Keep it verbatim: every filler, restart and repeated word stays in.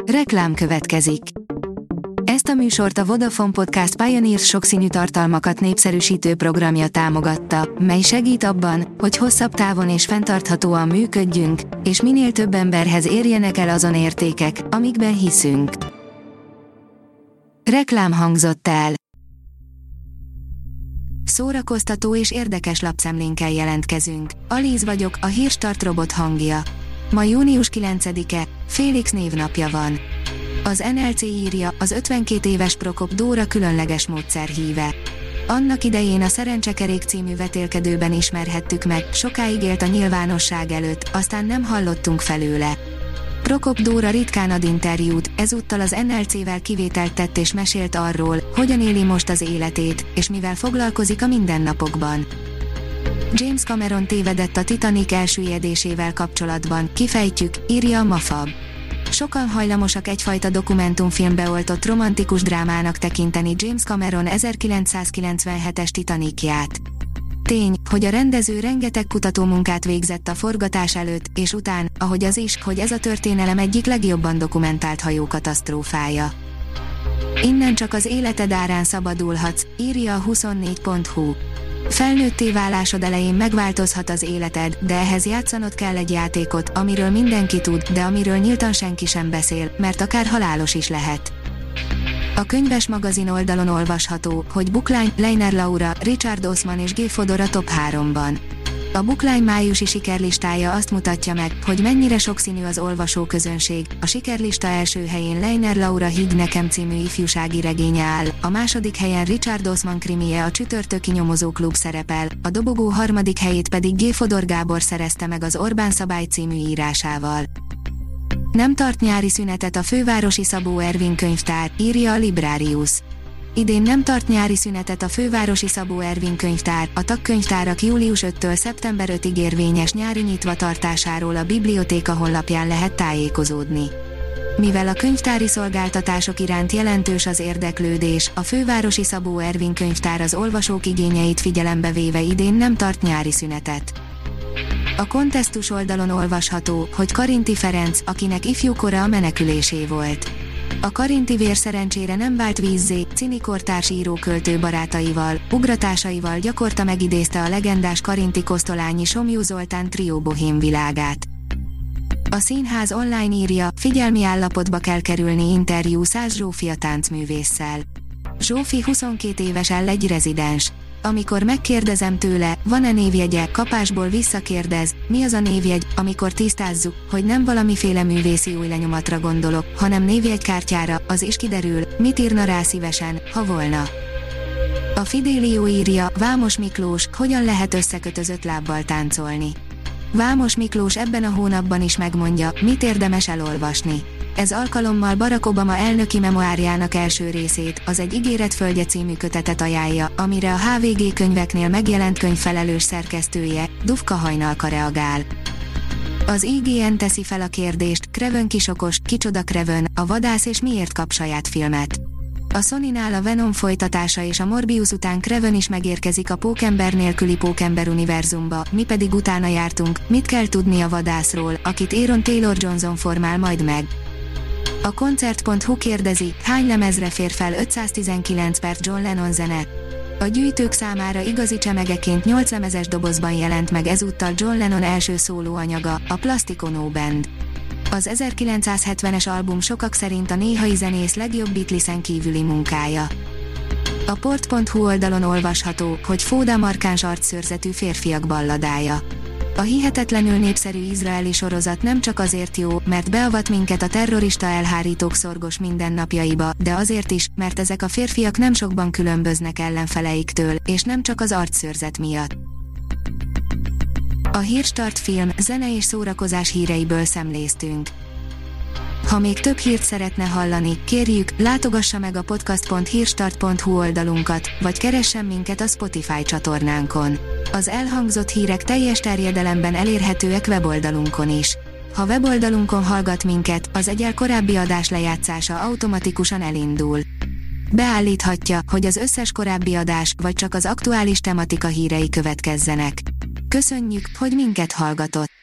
Reklám következik. Ezt a műsort a Vodafone Podcast Pioneers sokszínű tartalmakat népszerűsítő programja támogatta, mely segít abban, hogy hosszabb távon és fenntarthatóan működjünk, és minél több emberhez érjenek el azon értékek, amikben hiszünk. Reklám hangzott el. Szórakoztató és érdekes lapszemlénkkel jelentkezünk. Alíz vagyok, a Hírstart robot hangja. Ma június kilencedike, Félix névnapja van. Az en el cé írja, az ötvenkét éves Prokop Dóra különleges módszer híve. Annak idején a Szerencsekerék című vetélkedőben ismerhettük meg, sokáig élt a nyilvánosság előtt, aztán nem hallottunk felőle. Prokop Dóra ritkán ad interjút, ezúttal az en el cével kivételt tett és mesélt arról, hogyan éli most az életét, és mivel foglalkozik a mindennapokban. James Cameron tévedett a Titanic elsüllyedésével kapcsolatban, kifejtjük, írja a Mafab. Sokan hajlamosak egyfajta dokumentumfilmbe oltott romantikus drámának tekinteni James Cameron ezerkilencszázkilencvenhetes Titanicját. Tény, hogy a rendező rengeteg kutatómunkát végzett a forgatás előtt, és után, ahogy az is, hogy ez a történelem egyik legjobban dokumentált hajókatasztrófája. Innen csak az életed árán szabadulhatsz, írja a huszonnégy pont hu. Felnőtté válásod elején megváltozhat az életed, de ehhez játszanod kell egy játékot, amiről mindenki tud, de amiről nyíltan senki sem beszél, mert akár halálos is lehet. A Könyves magazin oldalon olvasható, hogy Bookline, Leiner Laura, Richard Osman és G. Fodor a top háromban. A Bookline májusi sikerlistája azt mutatja meg, hogy mennyire sokszínű az olvasóközönség. A sikerlista első helyén Leiner Laura Higgy nekem című ifjúsági regénye áll, a második helyen Richard Osman krimije A csütörtöki nyomozóklub szerepel, a dobogó harmadik helyét pedig G. Fodor Gábor szerezte meg az Orbán szabály című írásával. Nem tart nyári szünetet a fővárosi Szabó Ervin könyvtár, írja a Librarius. Idén nem tart nyári szünetet a fővárosi Szabó Ervin könyvtár, a tagkönyvtárak július ötödikétől szeptember ötödikéig érvényes nyári nyitvatartásáról a bibliotéka honlapján lehet tájékozódni. Mivel a könyvtári szolgáltatások iránt jelentős az érdeklődés, a fővárosi Szabó Ervin könyvtár az olvasók igényeit figyelembe véve idén nem tart nyári szünetet. A Kontesztus oldalon olvasható, hogy Karinti Ferenc, akinek ifjúkora a menekülésé volt. A Karinti vér szerencsére nem vált vízzé, cinikortárs író-költő barátaival, ugratásaival gyakorta megidézte a legendás Karinti Kosztolányi Somlyú Zoltán trió bohém világát. A Színház online írja, figyelmi állapotba kell kerülni interjú Szász Zsófia táncművésszel. Zsófi huszonkét éves egy rezidens. Amikor megkérdezem tőle, van-e névjegye, kapásból visszakérdez, mi az a névjegy, amikor tisztázzuk, hogy nem valamiféle művészi új lenyomatra gondolok, hanem névjegykártyára, az is kiderül, mit írna rá szívesen, ha volna. A Fidelio írja, Vámos Miklós, hogyan lehet összekötözött lábbal táncolni. Vámos Miklós ebben a hónapban is megmondja, mit érdemes elolvasni. Ez alkalommal Barack Obama elnöki memoárjának első részét, az Egy ígéretföldje című kötetet ajánlja, amire a há vé gé könyveknél megjelent könyv felelős szerkesztője, Dufka Hajnalka reagál. Az i gé en teszi fel a kérdést, Craven kisokos, kicsoda Craven, a vadász és miért kap saját filmet. A Sonynál a Venom folytatása és a Morbius után Craven is megérkezik a Pókember nélküli Pókember univerzumba, mi pedig utána jártunk, mit kell tudni a vadászról, akit Aaron Taylor Johnson formál majd meg. A koncert pont hu kérdezi, hány lemezre fér fel ötszáztizenkilenc perc John Lennon zene. A gyűjtők számára igazi csemegeként nyolc lemezes dobozban jelent meg ezúttal John Lennon első szólóanyaga, a Plastic Ono Band. Az ezerkilencszázhetvenes album sokak szerint a néhai zenész legjobb Beatlesen kívüli munkája. A port pont hu oldalon olvasható, hogy Fóda markáns arcszőrzetű férfiak balladája. A hihetetlenül népszerű izraeli sorozat nem csak azért jó, mert beavat minket a terrorista elhárítók szorgos mindennapjaiba, de azért is, mert ezek a férfiak nem sokban különböznek ellenfeleiktől, és nem csak az arcszőrzet miatt. A Hírstart film, zene és szórakozás híreiből szemléztünk. Ha még több hírt szeretne hallani, kérjük, látogassa meg a podcast pont hírstart pont hu oldalunkat, vagy keressen minket a Spotify csatornánkon. Az elhangzott hírek teljes terjedelemben elérhetőek weboldalunkon is. Ha weboldalunkon hallgat minket, az egyel korábbi adás lejátszása automatikusan elindul. Beállíthatja, hogy az összes korábbi adás, vagy csak az aktuális tematika hírei következzenek. Köszönjük, hogy minket hallgatott!